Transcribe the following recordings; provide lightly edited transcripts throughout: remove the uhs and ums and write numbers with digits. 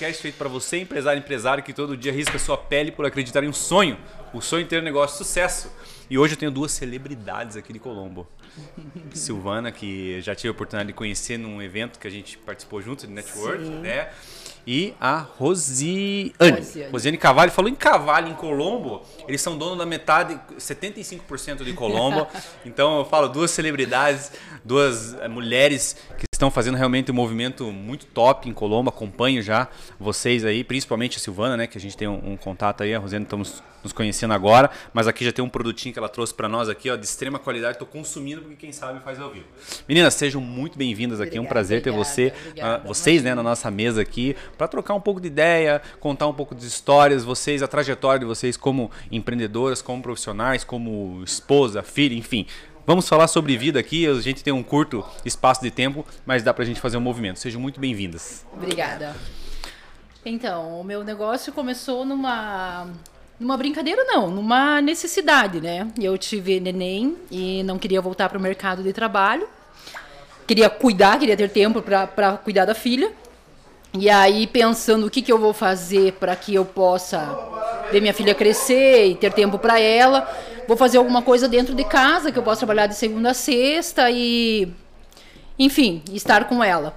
podcast feito para você, empresário, que todo dia risca sua pele por acreditar em um sonho. O sonho de ter um negócio de sucesso. E hoje eu tenho duas celebridades aqui de Colombo. Silvana, que já tive a oportunidade de conhecer num evento que a gente participou junto, de Network, né? E a Rosiane Cavalli. Falou em Cavalli, em Colombo, eles são donos da metade, 75% de Colombo. Então eu falo duas celebridades, duas mulheres que estão fazendo realmente um movimento muito top em Colombo. Acompanho já vocês aí, principalmente a Silvana, né? Que a gente tem um contato aí, a Rosiane estamos nos conhecendo agora, mas aqui já tem um produtinho que ela trouxe para nós aqui, ó, de extrema qualidade. Estou consumindo porque quem sabe faz ao vivo. Meninas, sejam muito bem-vindas aqui. É um prazer ter vocês, né, na nossa mesa aqui, para trocar um pouco de ideia, contar um pouco de histórias, vocês, a trajetória de vocês como empreendedoras, como profissionais, como esposa, filha, enfim. Vamos falar sobre vida aqui, a gente tem um curto espaço de tempo, mas dá pra gente fazer um movimento. Sejam muito bem-vindas. Obrigada. Então, o meu negócio começou numa brincadeira não, numa necessidade, né? Eu tive neném e não queria voltar para o mercado de trabalho. Queria ter tempo para cuidar da filha. E aí, pensando o que eu vou fazer para que eu possa ver minha filha crescer e ter tempo para ela, vou fazer alguma coisa dentro de casa, que eu possa trabalhar de segunda a sexta e, enfim, estar com ela.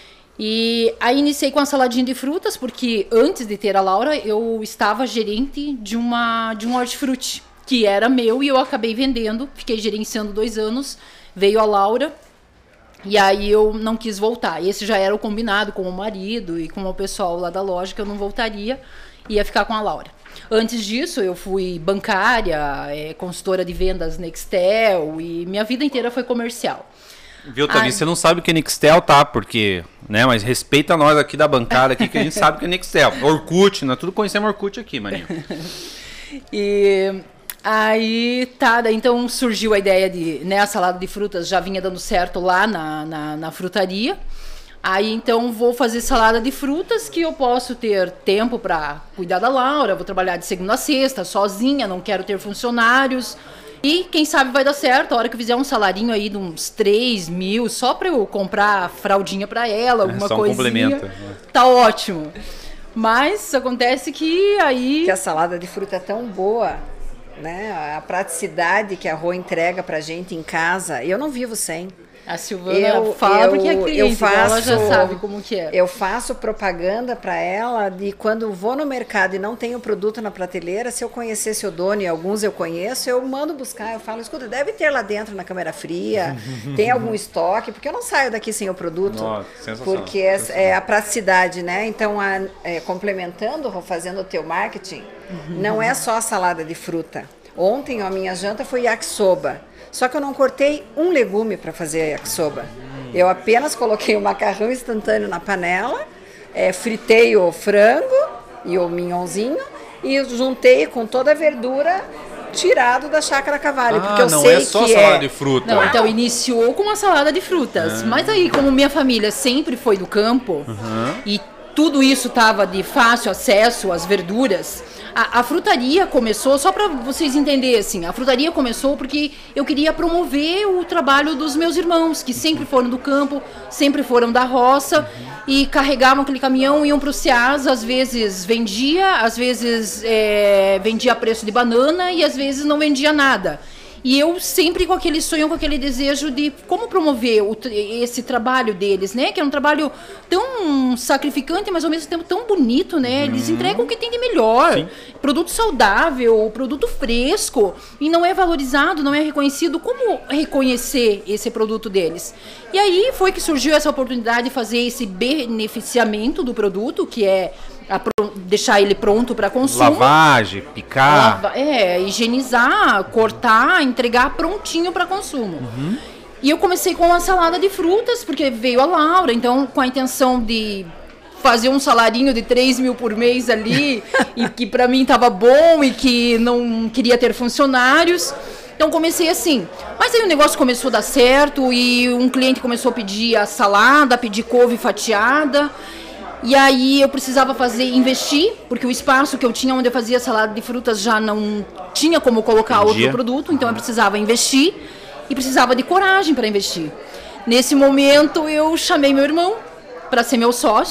E aí iniciei com a saladinha de frutas, porque antes de ter a Laura, eu estava gerente de um hortifruti, que era meu e eu acabei vendendo, fiquei gerenciando 2 anos, veio a Laura. E aí eu não quis voltar. Esse já era o combinado com o marido e com o pessoal lá da loja, que eu não voltaria, ia ficar com a Laura. Antes disso, eu fui bancária, consultora de vendas Nextel e minha vida inteira foi comercial. Viu, Tavi? Você não sabe o que é Nextel, tá? Porque, né? Mas respeita nós aqui da bancada aqui, que a gente sabe o que é Nextel. Orkut, nós tudo conhecemos Orkut aqui, maninho. E aí, tá, então surgiu a ideia de, né, a salada de frutas já vinha dando certo lá na frutaria. Aí, então, vou fazer salada de frutas que eu posso ter tempo para cuidar da Laura, vou trabalhar de segunda a sexta, sozinha, não quero ter funcionários. E, quem sabe, vai dar certo, a hora que eu fizer um salarinho aí de uns 3 mil, só para eu comprar fraldinha para ela, alguma coisinha. Complemento, né? Tá ótimo. Mas acontece que aí... Que a salada de fruta é tão boa, né? A praticidade que a Rô entrega pra gente em casa, eu não vivo sem. A Silvana fala porque é cliente, ela já sabe como que é. Eu faço propaganda para ela de quando vou no mercado e não tenho produto na prateleira, se eu conhecesse o dono e alguns eu conheço, eu mando buscar, eu falo, escuta, deve ter lá dentro na câmera fria, tem algum estoque, porque eu não saio daqui sem o produto. Nossa, porque é a praticidade, né? Então, complementando, fazendo o teu marketing, não é só a salada de fruta. Ontem a minha janta foi yakisoba. Só que eu não cortei um legume para fazer a yakisoba. Eu apenas coloquei o macarrão instantâneo na panela, fritei o frango e o mignonzinho e juntei com toda a verdura tirado da chácara Cavalli. Porque eu não sei é só que salada de fruta. Não, então iniciou com uma salada de frutas. Mas aí, como minha família sempre foi do campo e tudo isso estava de fácil acesso às verduras, a frutaria começou, só para vocês entenderem, assim, a frutaria começou porque eu queria promover o trabalho dos meus irmãos, que sempre foram do campo, sempre foram da roça, e carregavam aquele caminhão, iam para o Ceasa, às vezes vendia, às vezes vendia a preço de banana e às vezes não vendia nada. E eu sempre com aquele sonho, com aquele desejo de como promover esse trabalho deles, né? Que é um trabalho tão sacrificante, mas ao mesmo tempo tão bonito, né? Eles entregam o que tem de melhor. Sim. Produto saudável, produto fresco. E não é valorizado, não é reconhecido. Como reconhecer esse produto deles? E aí foi que surgiu essa oportunidade de fazer esse beneficiamento do produto, que é deixar ele pronto para consumo. Lavagem, picar. Higienizar, cortar, entregar prontinho para consumo. E eu comecei com uma salada de frutas, porque veio a Laura, então com a intenção de fazer um salarinho de 3 mil por mês ali, e que para mim estava bom e que não queria ter funcionários. Então comecei assim, mas aí o negócio começou a dar certo e um cliente começou a pedir a salada, pedir couve fatiada. E aí eu precisava investir, porque o espaço que eu tinha onde eu fazia salada de frutas já não tinha como colocar outro produto, então eu precisava investir e precisava de coragem para investir. Nesse momento eu chamei meu irmão para ser meu sócio,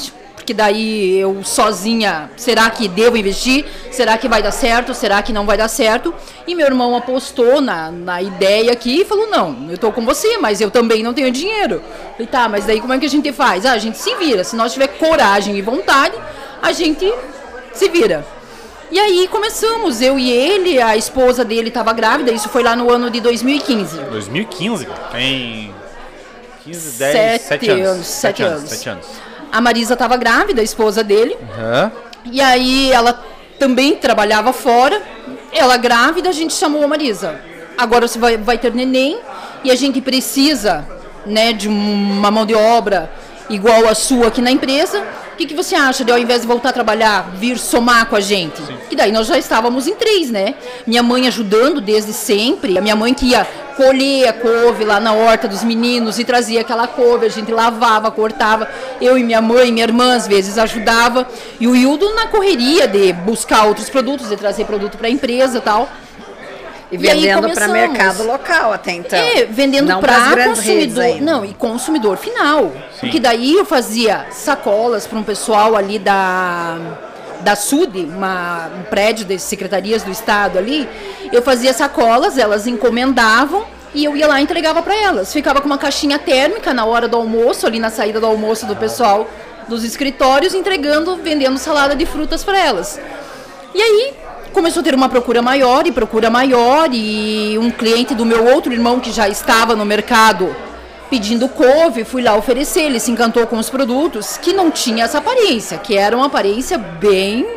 porque daí eu sozinha, será que devo investir? Será que vai dar certo? Será que não vai dar certo? E meu irmão apostou na ideia aqui e falou, não, eu tô com você, mas eu também não tenho dinheiro. Falei, tá, mas daí como é que a gente faz? A gente se vira, se nós tiver coragem e vontade, a gente se vira. E aí começamos, eu e ele, a esposa dele estava grávida, isso foi lá no ano de 2015. 2015? Tem 15, 10, 7 anos. 7 anos. A Marisa estava grávida, a esposa dele. E aí ela também trabalhava fora. Ela grávida, a gente chamou a Marisa. Agora você vai ter neném e a gente precisa, né, de uma mão de obra igual a sua aqui na empresa. O que você acha de, ao invés de voltar a trabalhar, vir somar com a gente? Sim. E daí nós já estávamos em 3, né? Minha mãe ajudando desde sempre. A minha mãe que ia colher a couve lá na horta dos meninos e trazia aquela couve, a gente lavava, cortava. Eu e minha mãe, minha irmã às vezes ajudava. E o Hildo na correria de buscar outros produtos, de trazer produto para a empresa e tal. E vendendo para mercado local até então. Vendendo para consumidor. Não, e consumidor final. Sim. Porque daí eu fazia sacolas para um pessoal ali da SUD, um prédio das secretarias do estado ali. Eu fazia sacolas, elas encomendavam e eu ia lá e entregava para elas. Ficava com uma caixinha térmica na hora do almoço, ali na saída do almoço do pessoal dos escritórios, vendendo salada de frutas para elas. E aí começou a ter uma procura maior e um cliente do meu outro irmão que já estava no mercado pedindo couve, fui lá oferecer, ele se encantou com os produtos que não tinha essa aparência, que era uma aparência bem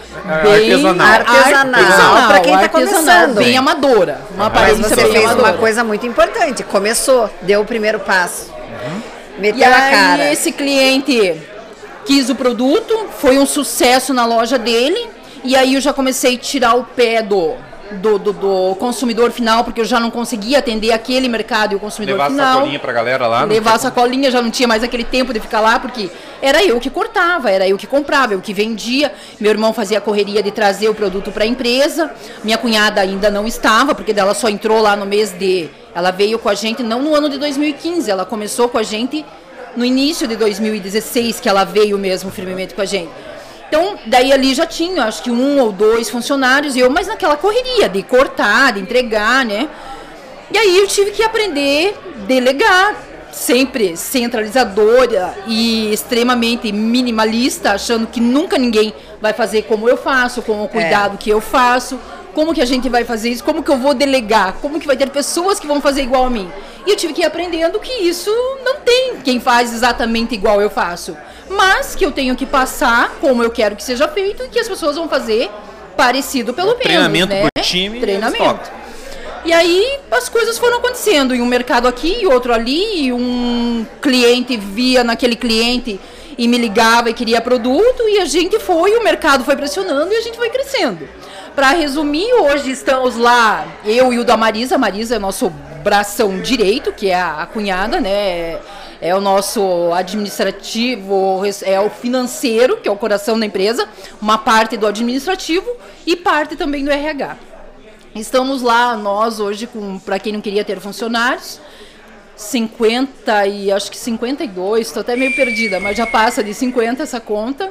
artesanal para quem está começando, bem amadora, uma aparência você bem fez amadora. Uma coisa muito importante, começou, deu o primeiro passo, meteu a cara. E esse cliente quis o produto, foi um sucesso na loja dele. E aí eu já comecei a tirar o pé do consumidor final, porque eu já não conseguia atender aquele mercado e o consumidor final. Levar a sacolinha pra galera lá. Levar a sacolinha, já não tinha mais aquele tempo de ficar lá, porque era eu que cortava, era eu que comprava, eu que vendia. Meu irmão fazia a correria de trazer o produto para a empresa. Minha cunhada ainda não estava, porque ela só entrou lá no mês de... Ela veio com a gente, não no ano de 2015, ela começou com a gente no início de 2016, que ela veio mesmo firmemente com a gente. Então, daí ali já tinha, acho que 1 ou 2 funcionários, mas naquela correria de cortar, de entregar, né? E aí eu tive que aprender a delegar, sempre centralizadora e extremamente minimalista, achando que nunca ninguém vai fazer como eu faço, com o cuidado que eu faço. Como que a gente vai fazer isso? Como que eu vou delegar? Como que vai ter pessoas que vão fazer igual a mim? E eu tive que ir aprendendo que isso não tem quem faz exatamente igual eu faço. Mas que eu tenho que passar como eu quero que seja feito e que as pessoas vão fazer parecido pelo menos, treinamento né? Por time. Treinamento. E aí as coisas foram acontecendo. E um mercado aqui e outro ali. E um cliente via naquele cliente e me ligava e queria produto. E a gente foi, o mercado foi pressionando e a gente foi crescendo. Para resumir, hoje estamos lá, eu e o da Marisa. A Marisa é nosso bração direito, que é a cunhada, né? É o nosso administrativo, é o financeiro, que é o coração da empresa, uma parte do administrativo e parte também do RH. Estamos lá, nós hoje, para quem não queria ter funcionários, 50 e acho que 52, estou até meio perdida, mas já passa de 50 essa conta.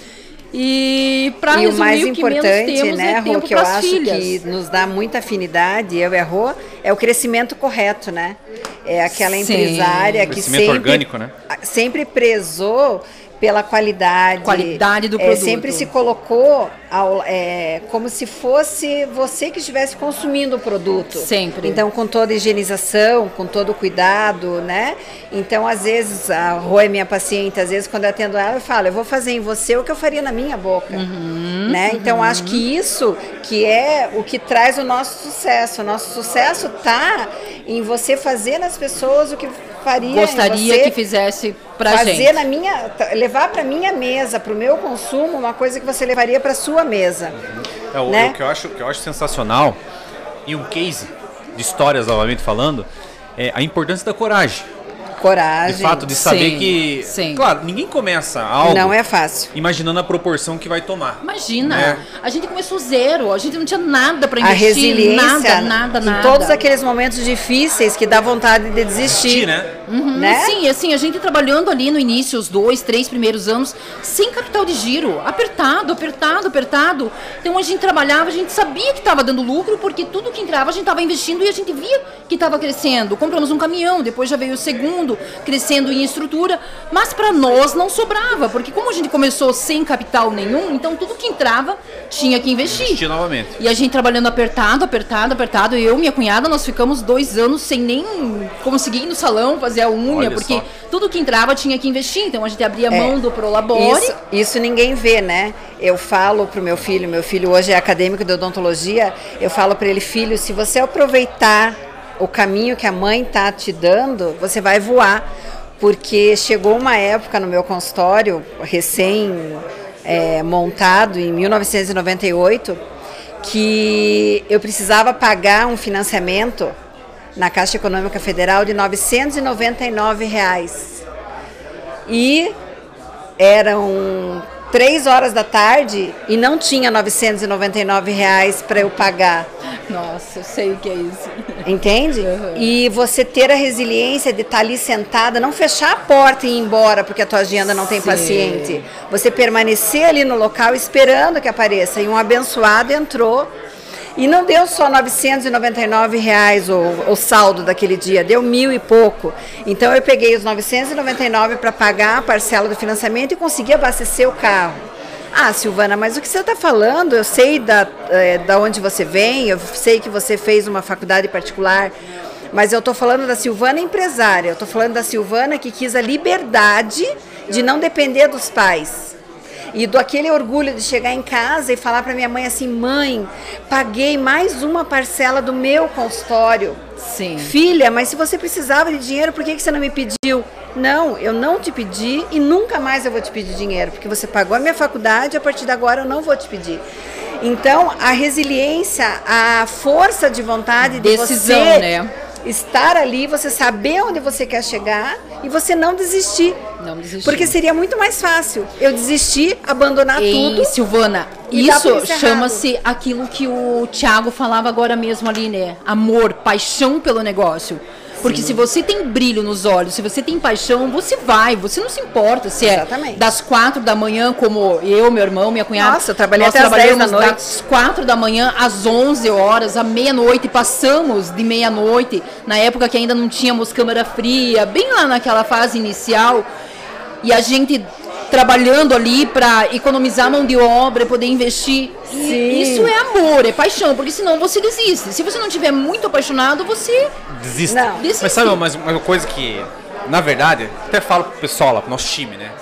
E para resumir, o mais o que menos temos, né, é tempo Rô, que eu acho filhas. que nos dá muita afinidade, eu e a Rô, é o crescimento correto, né? É aquela empresária que sempre, orgânico, né? Sempre prezou pela qualidade do produto. Sempre se colocou como se fosse você que estivesse consumindo o produto. Sempre. Então, com toda a higienização, com todo o cuidado, né? Então, às vezes, a Rô é minha paciente, às vezes, quando eu atendo ela, eu falo, eu vou fazer em você o que eu faria na minha boca. Né? Então, acho que isso que é o que traz o nosso sucesso. O nosso sucesso está em você fazer nas pessoas o que gostaria que fizesse pra gente. Levar para minha mesa, para o meu consumo, uma coisa que você levaria para sua mesa. Né? O que eu acho sensacional, e um case de histórias, novamente falando, é a importância da coragem. Coragem. De fato, de saber que... Sim. Claro, ninguém começa algo... Não é fácil. Imaginando a proporção que vai tomar. Imagina, né? A gente começou zero, a gente não tinha nada para investir. A resiliência, nada. Em todos aqueles momentos difíceis que dá vontade de desistir. Né? né? Sim, assim, a gente trabalhando ali no início, os 2, 3 primeiros anos, sem capital de giro, apertado. Então a gente trabalhava, a gente sabia que estava dando lucro, porque tudo que entrava a gente estava investindo e a gente via que estava crescendo. Compramos um caminhão, depois já veio o segundo, crescendo em estrutura, mas para nós não sobrava, porque como a gente começou sem capital nenhum, então tudo que entrava tinha que investir novamente. E a gente trabalhando apertado, eu e minha cunhada, nós ficamos 2 anos sem nem conseguir ir no salão fazer a unha, Olha porque só. tudo que entrava tinha que investir, então a gente abria mão do Prolabore. Isso ninguém vê, né? Eu falo pro meu filho hoje é acadêmico de odontologia, eu falo para ele, filho, se você aproveitar o caminho que a mãe tá te dando, você vai voar, porque chegou uma época no meu consultório, montado em 1998, que eu precisava pagar um financiamento na Caixa Econômica Federal de R$ 999. E eram 3 horas da tarde e não tinha R$ 999 para eu pagar. Nossa, eu sei o que é isso. Entende? Uhum. E você ter a resiliência de estar ali sentada, não fechar a porta e ir embora porque a tua agenda não tem paciente. Você permanecer ali no local esperando que apareça. E um abençoado entrou e não deu só R$ 999 o saldo daquele dia, deu 1.000 e pouco. Então eu peguei os 999 para pagar a parcela do financiamento e consegui abastecer o carro. Ah, Silvana, mas o que você está falando? Eu sei da onde você vem, eu sei que você fez uma faculdade particular, mas eu estou falando da Silvana empresária, eu estou falando da Silvana que quis a liberdade de não depender dos pais. E do aquele orgulho de chegar em casa e falar para minha mãe assim, mãe, paguei mais uma parcela do meu consultório. Sim. Filha, mas se você precisava de dinheiro, por que você não me pediu? Não, eu não te pedi e nunca mais eu vou te pedir dinheiro, porque você pagou a minha faculdade, a partir de agora eu não vou te pedir. Então, a resiliência, a força de vontade de decisão, você estar ali, você saber onde você quer chegar e você não desistir. Não desistir. Porque seria muito mais fácil eu desistir, abandonar tudo. Silvana, isso chama-se aquilo que o Thiago falava agora mesmo ali, né? Amor, paixão pelo negócio. Porque se você tem brilho nos olhos, se você tem paixão, você não se importa se Exatamente. É das 4 da manhã, como eu, meu irmão, minha cunhada. Nossa, eu trabalhei até às 10 da noite. Das 4 da manhã às 11 horas, à meia-noite, passamos de meia-noite, na época que ainda não tínhamos câmera fria, bem lá naquela fase inicial, e a gente trabalhando ali para economizar mão de obra e poder investir. Sim. Isso é amor, é paixão, porque senão você desiste. Se você não estiver muito apaixonado, você desiste. Desiste. Mas sabe uma coisa que, na verdade, até falo pro pessoal lá, pro nosso time, né?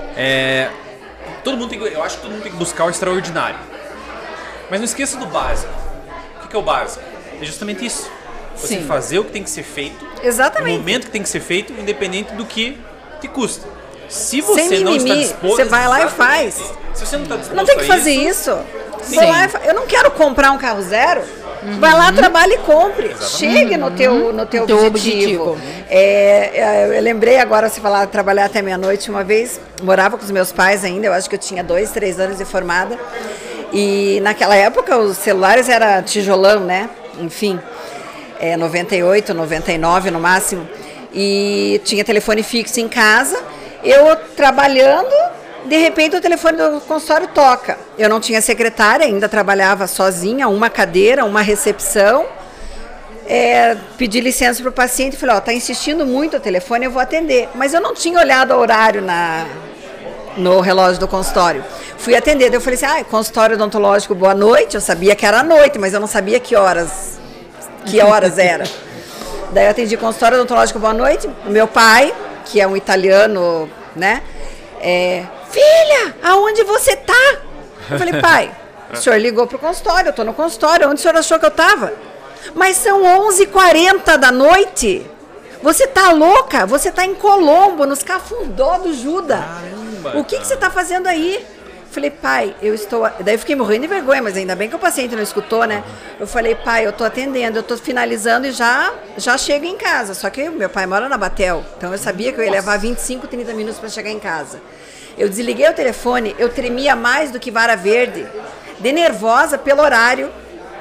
Eu acho que todo mundo tem que buscar o extraordinário. Mas não esqueça do básico. O que é o básico? É justamente isso. Você fazer o que tem que ser feito. Exatamente. No momento que tem que ser feito, independente do que te custa. Se você sem mimimi, não está disposto, você vai lá e faz. Se você não está disposto, não tem que fazer isso. Vou lá eu não quero comprar um carro zero. Vai lá, trabalhe e compre. Chegue no teu objetivo. Eu lembrei agora, você falar trabalhar até meia-noite. Uma vez, morava com os meus pais ainda, eu acho que eu tinha 2, 3 anos de formada. E naquela época os celulares era tijolão, né? Enfim, 98, 99 no máximo. E tinha telefone fixo em casa. Eu trabalhando, de repente o telefone do consultório toca. Eu não tinha secretária, ainda trabalhava sozinha, uma cadeira, uma recepção. Pedi licença para o paciente e falei, tá insistindo muito o telefone, eu vou atender. Mas eu não tinha olhado o horário no relógio do consultório. Fui atender, daí eu falei assim, consultório odontológico, boa noite. Eu sabia que era à noite, mas eu não sabia que horas era. Daí eu atendi consultório odontológico, boa noite. Meu pai, que é um italiano, né? Filha, aonde você tá? Eu falei, pai, o senhor ligou pro consultório, eu tô no consultório, onde o senhor achou que eu tava? Mas são 11h40 da noite. Você tá louca? Você tá em Colombo, nos Cafundó do Juda. Caramba, o que você tá fazendo aí? Falei, pai, eu estou... Daí eu fiquei morrendo de vergonha, mas ainda bem que o paciente não escutou, né? Eu falei, pai, eu tô atendendo, eu tô finalizando e já chego em casa. Só que meu pai mora na Batel, então eu sabia que eu ia levar 25, 30 minutos para chegar em casa. Eu desliguei o telefone, eu tremia mais do que vara verde, de nervosa pelo horário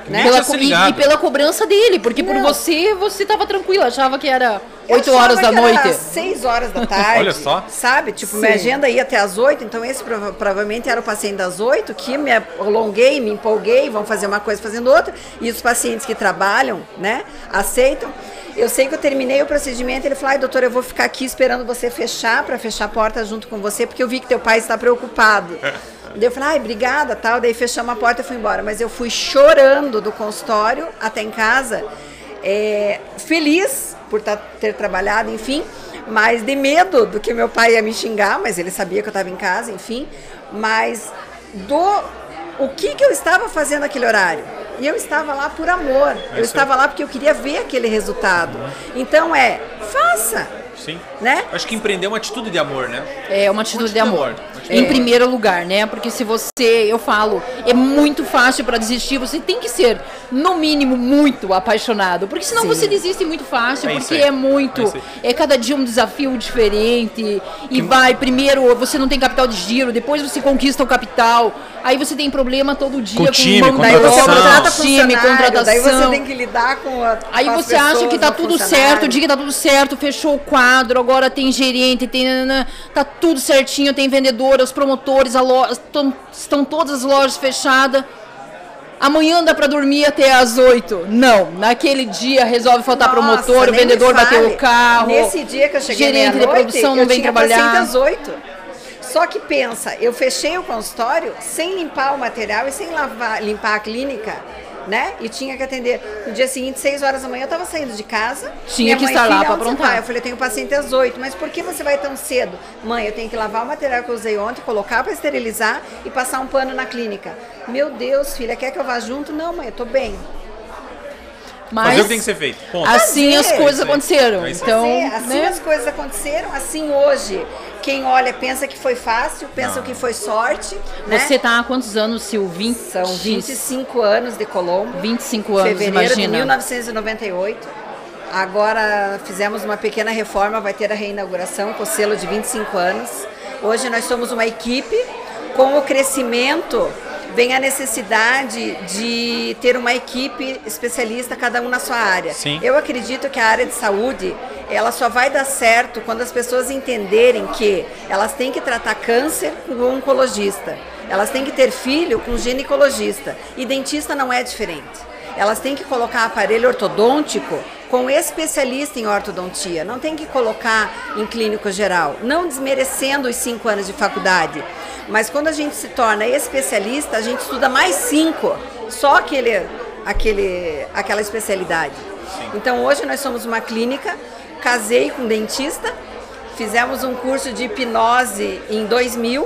né? tinha se ligado. E pela cobrança dele, porque por Não. você tava tranquila, achava que era Eu 8 horas achava da que era noite. 6 horas da tarde. Olha só. Sabe? Tipo, Sim. minha agenda ia até as 8, então esse provavelmente era o paciente das 8, que me alonguei, me empolguei, vão fazer uma coisa fazendo outra, e os pacientes que trabalham, né, aceitam. Eu sei que eu terminei o procedimento, ele falou, ai, doutora, eu vou ficar aqui esperando você fechar, para fechar a porta junto com você, porque eu vi que teu pai está preocupado. Daí eu falei, ai, obrigada, tal, daí fechamos a porta e fui embora. Mas eu fui chorando do consultório até em casa, feliz por ter trabalhado, enfim, mas de medo do que meu pai ia me xingar, mas ele sabia que eu estava em casa, enfim, mas o que eu estava fazendo naquele horário? E eu estava lá por amor, eu estava lá porque eu queria ver aquele resultado. Então faça, Sim. né? Acho que empreender é uma atitude de amor, né? É uma atitude de amor. Uma atitude de Em amor. primeiro lugar, né? Porque se eu falo, é muito fácil para desistir, você tem que ser, no mínimo, muito apaixonado. Porque senão Sim. você desiste muito fácil, É isso porque aí. é muito. É isso aí. É cada dia um desafio diferente. E primeiro você não tem capital de giro, depois você conquista o capital. Aí você tem problema todo dia Com o time, mão de Daí você contratação. contrata time, funcionário, contratação. daí você tem que lidar com Aí com as você acha pessoas, que tá no tudo funcionário. certo, o dia que tá tudo certo, fechou o quadro, agora tem gerente, tá tudo certinho, tem vendedora, os promotores, estão todas as lojas fechadas. Amanhã dá pra dormir até às 8. Não, naquele dia resolve faltar Nossa, promotor, o nem me vendedor bateu fale. o carro. Nesse dia que eu cheguei gerente de meia-noite, produção não eu vem tinha trabalhar. paciente às 8. Só que pensa, eu fechei o consultório sem limpar o material e sem limpar a clínica, né? E tinha que atender. No dia seguinte, 6 horas da manhã, eu estava saindo de casa. Tinha minha que mãe, estar lá filha, pra onde você aprontar. vai? Eu falei, eu tenho paciente às 8. Mas por que você vai tão cedo? Mãe, eu tenho que lavar o material que eu usei ontem, colocar para esterilizar e passar um pano na clínica. Meu Deus, filha, quer que eu vá junto? Não, mãe, eu tô bem. Mas Fazer o que tem que ser feito. Ponto. assim as Fazer. coisas É isso aí. aconteceram. É isso aí. Então, Assim né? as coisas aconteceram, assim hoje. Quem olha pensa que foi fácil, pensa que foi sorte. Né? Você tá há quantos anos, Sil? São 25 anos de Colombo. 25 anos, Fevereiro imagina. de 1998. Agora fizemos uma pequena reforma, vai ter a reinauguração com o selo de 25 anos. Hoje nós somos uma equipe. Com o crescimento vem a necessidade de ter uma equipe especialista, cada um na sua área. Sim. Eu acredito que a área de saúde, ela só vai dar certo quando as pessoas entenderem que elas têm que tratar câncer com um oncologista. Elas têm que ter filho com um ginecologista. E dentista não é diferente. Elas têm que colocar aparelho ortodôntico com especialista em ortodontia. Não tem que colocar em clínico geral. Não desmerecendo os 5 anos de faculdade. Mas quando a gente se torna especialista, a gente estuda mais 5. Só aquela especialidade. Sim. Então hoje nós somos uma clínica. Casei com um dentista. Fizemos um curso de hipnose em 2000.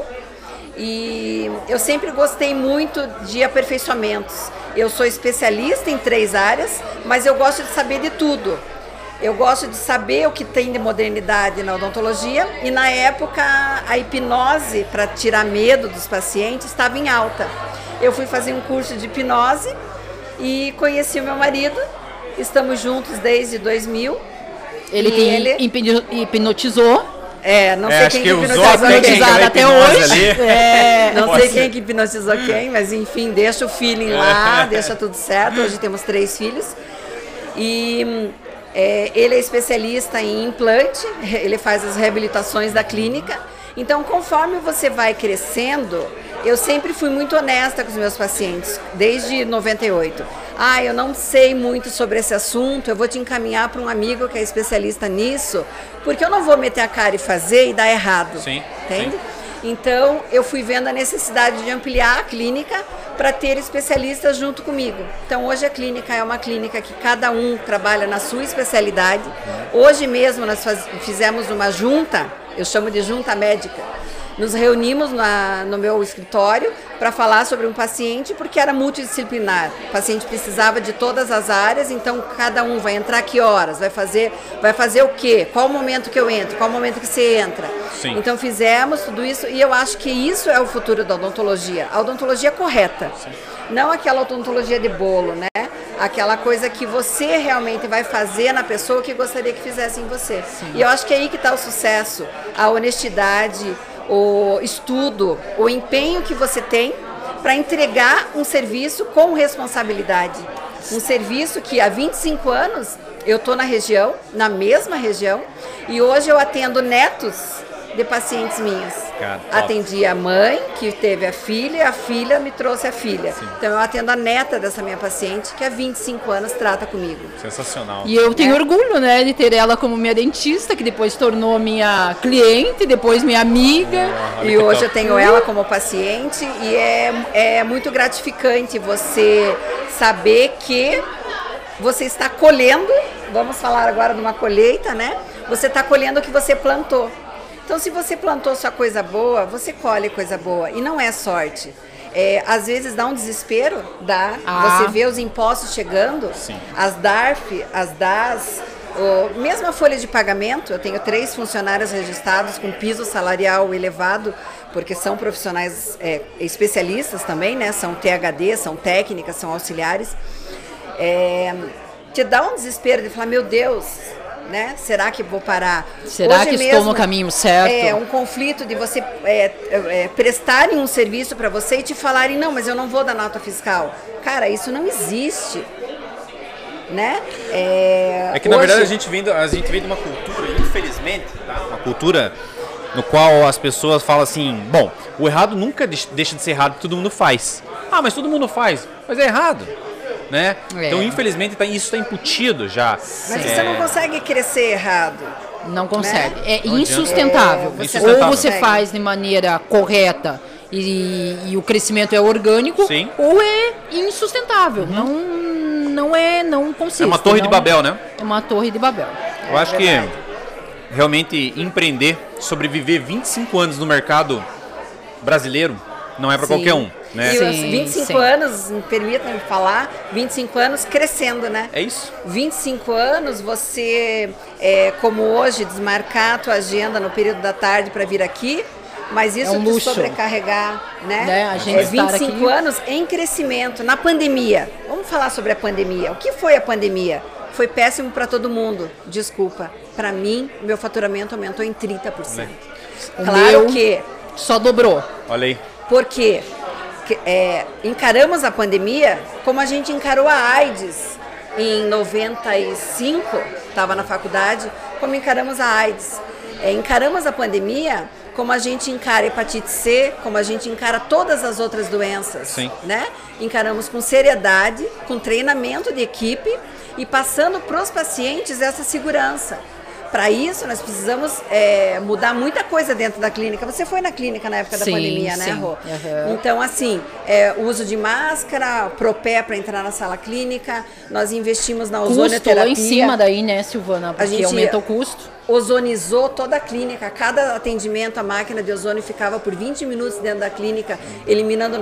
E eu sempre gostei muito de aperfeiçoamentos. Eu sou especialista em 3 áreas, mas eu gosto de saber de tudo. Eu gosto de saber o que tem de modernidade na odontologia e na época a hipnose para tirar medo dos pacientes estava em alta. Eu fui fazer um curso de hipnose e conheci o meu marido. Estamos juntos desde 2000. Ele hipnotizou. Não É, sei acho quem que usou hipnotizou a técnica quem. da até hipnose hoje. ali. Não Pode sei ser. quem que hipnotizou quem, mas enfim, deixa o feeling lá, deixa tudo certo. Hoje temos 3 filhos. E ele é especialista em implante, ele faz as reabilitações da clínica. Então, conforme você vai crescendo, eu sempre fui muito honesta com os meus pacientes, desde 98. Eu não sei muito sobre esse assunto, eu vou te encaminhar para um amigo que é especialista nisso, porque eu não vou meter a cara e fazer e dar errado. Sim, Entende? sim. Então, eu fui vendo a necessidade de ampliar a clínica para ter especialistas junto comigo. Então, hoje a clínica é uma clínica que cada um trabalha na sua especialidade. Hoje mesmo nós fizemos uma junta, eu chamo de junta médica. Nos reunimos no meu escritório para falar sobre um paciente, porque era multidisciplinar. O paciente precisava de todas as áreas, então cada um vai entrar que horas, vai fazer o quê? Qual o momento que eu entro? Qual o momento que você entra? Sim. Então fizemos tudo isso e eu acho que isso é o futuro da odontologia. A odontologia correta. Sim. Não aquela odontologia de bolo, né? Aquela coisa que você realmente vai fazer na pessoa que gostaria que fizesse em você. Sim. E eu acho que é aí que está o sucesso, a honestidade, o estudo, o empenho que você tem para entregar um serviço com responsabilidade. Um serviço que há 25 anos eu estou na região, na mesma região, e hoje eu atendo netos de pacientes minhas. Cara, atendi a mãe, que teve a filha me trouxe a filha. Sim. Então eu atendo a neta dessa minha paciente, que há 25 anos trata comigo. Sensacional. E eu tenho orgulho, né, de ter ela como minha dentista, que depois tornou minha cliente, depois minha amiga. E hoje eu tenho ela como paciente, e é muito gratificante você saber que você está colhendo, vamos falar agora de uma colheita, né? Você está colhendo o que você plantou. Então, se você plantou sua coisa boa, você colhe coisa boa. E não é sorte. Às vezes dá um desespero, você vê os impostos chegando, sim, as DARF, as DAS, mesmo a folha de pagamento. Eu tenho 3 funcionários registrados com piso salarial elevado, porque são profissionais especialistas também, né? São THD, são técnicas, são auxiliares. Te dá um desespero de falar, meu Deus, né? Será que vou parar? Será hoje que estou no caminho certo? É um conflito de você prestarem um serviço para você e te falarem, não, mas eu não vou dar nota fiscal. Cara, isso não existe. Né? Que na verdade a gente vem de uma cultura, infelizmente, tá? Uma cultura no qual as pessoas falam assim, bom, o errado nunca deixa de ser errado, todo mundo faz. Ah, mas todo mundo faz, mas é errado. Né? Então, infelizmente, isso está incutido já. Mas você não consegue crescer errado. Não consegue. Né? É insustentável. Ou você faz de maneira correta e o crescimento é orgânico, sim, ou é insustentável. Não consiste. É uma torre de Babel, né? É uma torre de Babel. Eu acho que realmente empreender, sobreviver 25 anos no mercado brasileiro, não é para qualquer um. Né? E os 25 anos, me permitam falar, 25 anos crescendo, né? É isso. 25 anos, você, como hoje, desmarcar a tua agenda no período da tarde para vir aqui, mas isso te sobrecarregar, né? A gente 25 anos em crescimento, na pandemia. Vamos falar sobre a pandemia. O que foi a pandemia? Foi péssimo para todo mundo, desculpa. Para mim, meu faturamento aumentou em 30%. Claro que... Só dobrou. Olha aí. Por quê? Encaramos a pandemia como a gente encarou a AIDS em 95, estava na faculdade, como encaramos a AIDS. Encaramos a pandemia como a gente encara a hepatite C, como a gente encara todas as outras doenças. Sim. Né? Encaramos com seriedade, com treinamento de equipe e passando para os pacientes essa segurança. Para isso, nós precisamos mudar muita coisa dentro da clínica. Você foi na clínica na época da pandemia, né, Rô? Uhum. Então, assim, o uso de máscara, propé para entrar na sala clínica, nós investimos na ozonioterapia. Custo lá em cima daí, né, Silvana? Porque a gente aumenta o custo. Ozonizou toda a clínica. Cada atendimento, a máquina de ozônio ficava por 20 minutos dentro da clínica, eliminando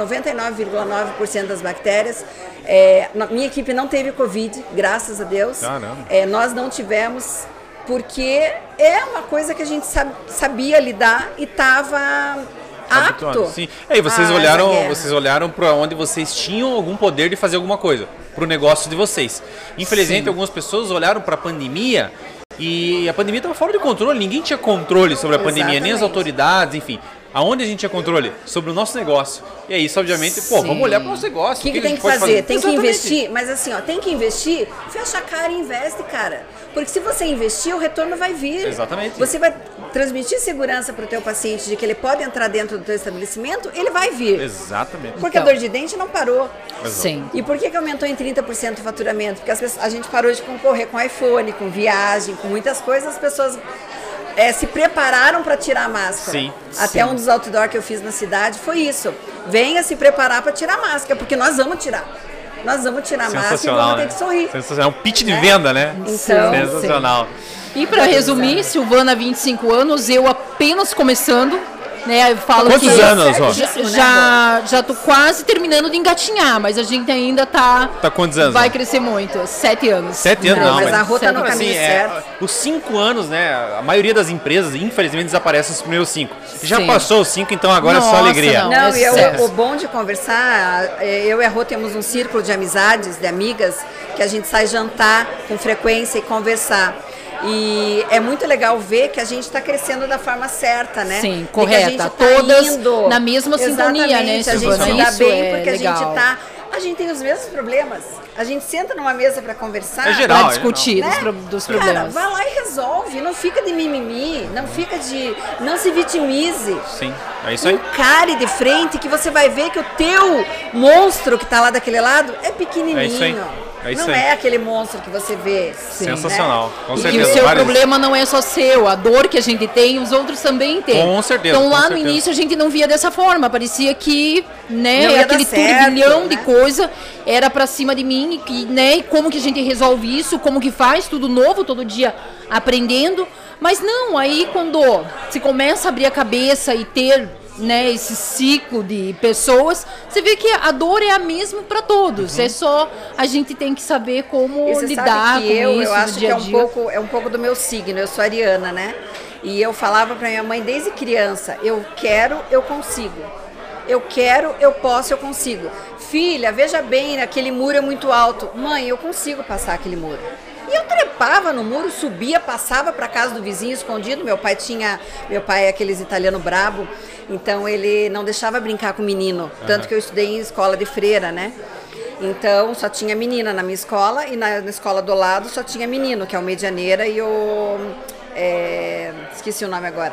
99,9% das bactérias. Minha equipe não teve Covid, graças a Deus. Caramba. Nós não tivemos... Porque é uma coisa que a gente sabia lidar e estava apto. Sim. E vocês olharam para onde vocês tinham algum poder de fazer alguma coisa, para o negócio de vocês. Infelizmente, algumas pessoas olharam para a pandemia e a pandemia estava fora de controle. Ninguém tinha controle sobre a pandemia, nem as autoridades, enfim. Aonde a gente tinha controle? Sobre o nosso negócio. E aí, isso, obviamente, vamos olhar para o nosso negócio. O que tem que fazer? Tem que investir, mas assim, tem que investir, fecha a cara e investe, cara. Porque se você investir, o retorno vai vir. Exatamente. Você vai transmitir segurança para o teu paciente de que ele pode entrar dentro do teu estabelecimento, ele vai vir. Exatamente. Porque a dor de dente não parou. Sim. E por que aumentou em 30% o faturamento? Porque a gente parou de concorrer com iPhone, com viagem, com muitas coisas, as pessoas... se prepararam para tirar a máscara. Sim. Até um dos outdoor que eu fiz na cidade foi isso. Venha se preparar para tirar a máscara, porque nós vamos tirar. Nós vamos tirar a máscara e vamos ter que sorrir. Sensacional. É um pitch de venda, né? Então, sensacional. Sim. E para resumir, Silvana, 25 anos, eu apenas começando, né? Eu falo Quantos anos, ó? Já tô quase terminando de engatinhar, mas a gente ainda tá quantos anos? Vai crescer muito. 7 anos. 7 anos, não. Mas a rota no caminho certo. Os 5 anos, né? A maioria das empresas, infelizmente, desaparece nos primeiros 5. Já passou os 5, então agora é só alegria. O bom de conversar, eu e a Rô temos um círculo de amizades, de amigas, que a gente sai jantar com frequência e conversar. E é muito legal ver que a gente está crescendo da forma certa, né? Sim, E que correta. a gente tá Todas indo, na mesma sintonia, né, exatamente, a gente Silvana? se dá Isso bem é porque legal. a gente tem os mesmos problemas. A gente senta numa mesa para conversar. É geral, Pra discutir né? dos Cara, problemas. vai lá e resolve. Não fica de mimimi, não se vitimize. Sim, é isso aí. Encare de frente que você vai ver que o teu monstro que tá lá daquele lado é pequenininho. É isso aí. É isso não aí. é aquele monstro que você vê. Sensacional, com E que certeza. o seu Várias- problema não é só seu, a dor que a gente tem, os outros também têm. Com certeza, Então com lá no certeza. início a gente não via dessa forma, parecia que, Não né, ia aquele dar certo, turbilhão de né? coisa era pra cima de mim e que, né, e como que a gente resolve isso, como que faz, tudo novo, todo dia aprendendo. Mas não, aí quando se começa a abrir a cabeça e ter, né, esse ciclo de pessoas, você vê que a dor é a mesma para todos. É só a gente tem que saber como E você lidar sabe que com isso eu no acho que dia é a dia. um pouco do meu signo. Eu sou ariana, né? E eu falava pra minha mãe desde criança: eu quero, eu consigo. Eu quero, eu posso, eu consigo. Filha, veja bem, aquele muro é muito alto. Mãe, eu consigo passar aquele muro. E eu trepava no muro, subia, passava para casa do vizinho escondido. Meu pai é aqueles italiano brabo, então ele não deixava brincar com menino. Tanto que eu estudei em escola de freira, né? Então só tinha menina na minha escola e na escola do lado só tinha menino, que é o Medianeira e o... esqueci o nome agora.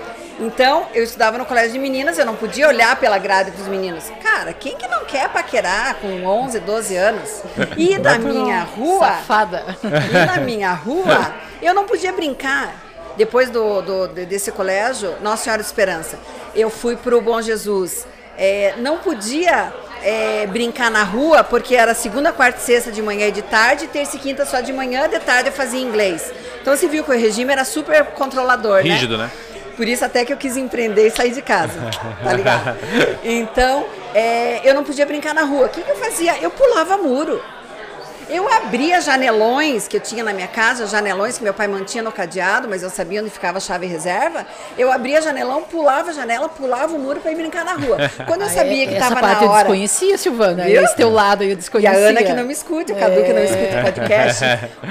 Então, eu estudava no colégio de meninas, eu não podia olhar pela grade dos meninos. Cara, quem que não quer paquerar com 11, 12 anos? E na minha rua... Safada. E na minha rua, eu não podia brincar. Depois desse colégio, Nossa Senhora de Esperança, eu fui pro Bom Jesus. Não podia brincar na rua, porque era segunda, quarta e sexta de manhã e de tarde, terça e quinta só de manhã, de tarde eu fazia inglês. Então você viu que o regime era super controlador, Rígido, né? Por isso até que eu quis empreender e sair de casa, tá ligado? Então, eu não podia brincar na rua. O que eu fazia? Eu pulava muro. Eu abria janelões que eu tinha na minha casa, janelões que meu pai mantinha no cadeado, mas eu sabia onde ficava a chave reserva. Eu abria janelão, pulava a janela, pulava o muro para ir brincar na rua. Quando eu sabia que estava na Essa parte eu hora... desconhecia, Silvana. Viu? Esse teu lado eu E desconhecia. a Ana que não me escute, o Cadu que não escuta o podcast.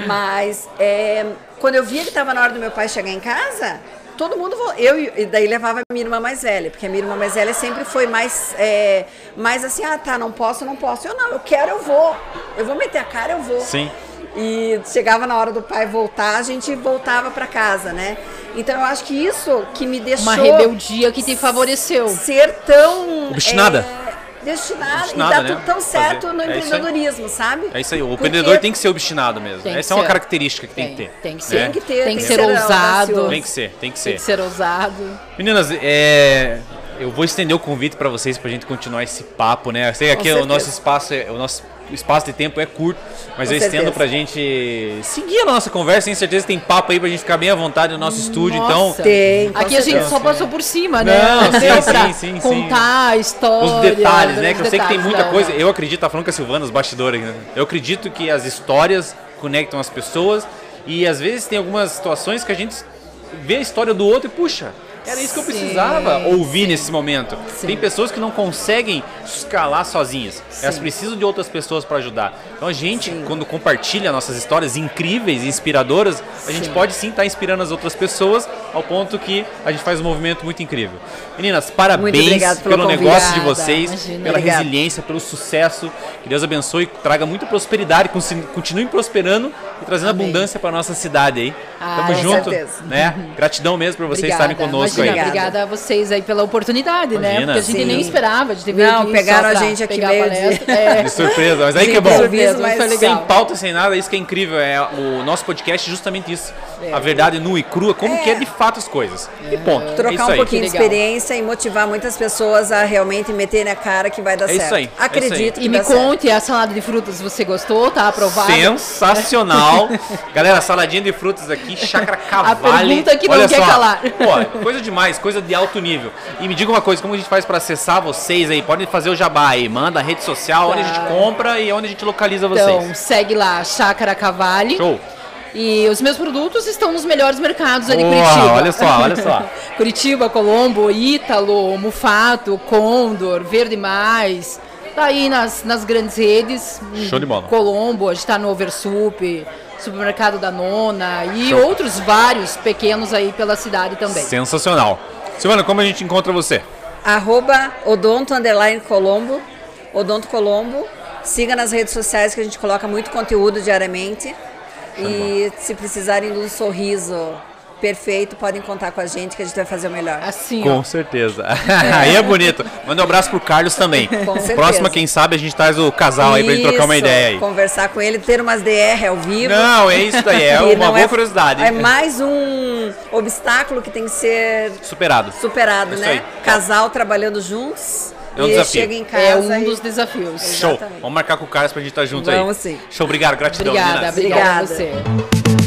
Mas quando eu via que estava na hora do meu pai chegar em casa... Todo mundo, e daí levava a minha irmã mais velha, porque a minha irmã mais velha sempre foi mais assim, não posso. Eu não, eu quero, eu vou meter a cara, eu vou. Sim. E chegava na hora do pai voltar, a gente voltava para casa, né? Então eu acho que isso que me deixou... Uma rebeldia que te favoreceu. Ser tão... Obstinada. Destinado e Obstinada, dá né? tudo tão certo Fazer. no É isso aí. empreendedorismo, sabe? É isso aí, o Porque empreendedor tem que ser obstinado mesmo. Tem que Essa é uma ser. característica que tem que ter. Tem que ser. né? Tem que ter, Tem que ser ousado. audacioso. Tem que ser, tem que ser. Tem que ser ousado. Meninas, eu vou estender o convite para vocês pra gente continuar esse papo, né? Eu sei que aqui Com o nosso espaço de tempo é curto, mas Com eu estendo certeza. pra gente seguir a nossa conversa, tenho certeza que tem papo aí pra gente ficar bem à vontade no nosso estúdio, então Nossa. Tem, com Aqui a gente certeza. só passou por cima, né? Não, sim, Deu pra sim. contar a história. os detalhes, né? os Que eu sei que tem detalhes, muita não. coisa. Eu acredito, tá falando com a Silvana, os bastidores aqui, né? Eu acredito que as histórias conectam as pessoas e às vezes tem algumas situações que a gente vê a história do outro e puxa, era isso que eu Sim, precisava ouvir nesse momento. Sim. Tem pessoas que não conseguem escalar sozinhas. Elas precisam de outras pessoas para ajudar. Então a gente, quando compartilha nossas histórias incríveis e inspiradoras, a gente pode sim estar inspirando as outras pessoas ao ponto que a gente faz um movimento muito incrível. Meninas, parabéns obrigado pelo pelo convite. negócio de Obrigada, vocês, imagina. pela Obrigada. resiliência, pelo sucesso. Que Deus abençoe, traga muita prosperidade, continuem prosperando e trazendo Amém. abundância para nossa cidade aí. Tamo com junto, certeza. né? Gratidão mesmo por vocês estarem conosco Imagina, aí. Obrigada a vocês aí pela oportunidade, né? Imagina. Porque a gente Sim. nem esperava. A gente veio Não, aqui pegaram só a pra gente aqui pegar a meio palestra. de- De surpresa, mas aí que é bom. Surpresa, mas foi Sem legal. pauta, sem nada, isso que é incrível. É o nosso podcast é justamente isso. A verdade nua e crua, como que é de fato as coisas. E ponto. é Trocar isso um aí. pouquinho de Que legal. experiência e motivar muitas pessoas a realmente meter na cara que vai dar É isso certo. aí, é isso aí. Acredito que E me dá certo. conte, a salada de frutas você gostou? Tá aprovada? Sensacional. Galera, saladinha de frutas aqui, Chácara Cavalli. pergunta que não Olha quer só. calar. Pô, coisa demais, coisa de alto nível. E me diga uma coisa, como a gente faz pra acessar vocês aí? Podem fazer o jabá aí, manda a rede social, onde a gente compra e onde a gente localiza vocês. Então, segue lá, Chácara Cavalli. Show. E os meus produtos estão nos melhores mercados ali em Boa, Curitiba. olha só, olha só. Curitiba, Colombo, Ítalo, Mufato, Condor, Verde Mais. Tá aí nas grandes redes. Show de bola. Colombo, a gente tá no Oversup, supermercado da Nona e Show. outros vários pequenos aí pela cidade também. Sensacional. Silvana, como a gente encontra você? @odonto_colombo, Odonto Colombo. Siga nas redes sociais que a gente coloca muito conteúdo diariamente. E se precisarem de um sorriso perfeito, podem contar com a gente que a gente vai fazer o melhor. Assim, ó. Com certeza. Aí é bonito. Manda um abraço pro Carlos também. Com certeza. Próxima, quem sabe, a gente traz o casal aí pra gente trocar uma ideia aí. Conversar com ele, ter umas DR ao vivo. Não, é isso daí, é E uma não boa curiosidade. É mais um obstáculo que tem que ser Superado. superado, Isso né? aí. Casal trabalhando juntos. É um e desafio. chega em casa É um e- dos desafios. Show. Exatamente. Vamos marcar com o Carlos pra gente estar junto aí. Vamos sim. Show, obrigado, gratidão. Obrigada, meninas. obrigada a Obrigada. você.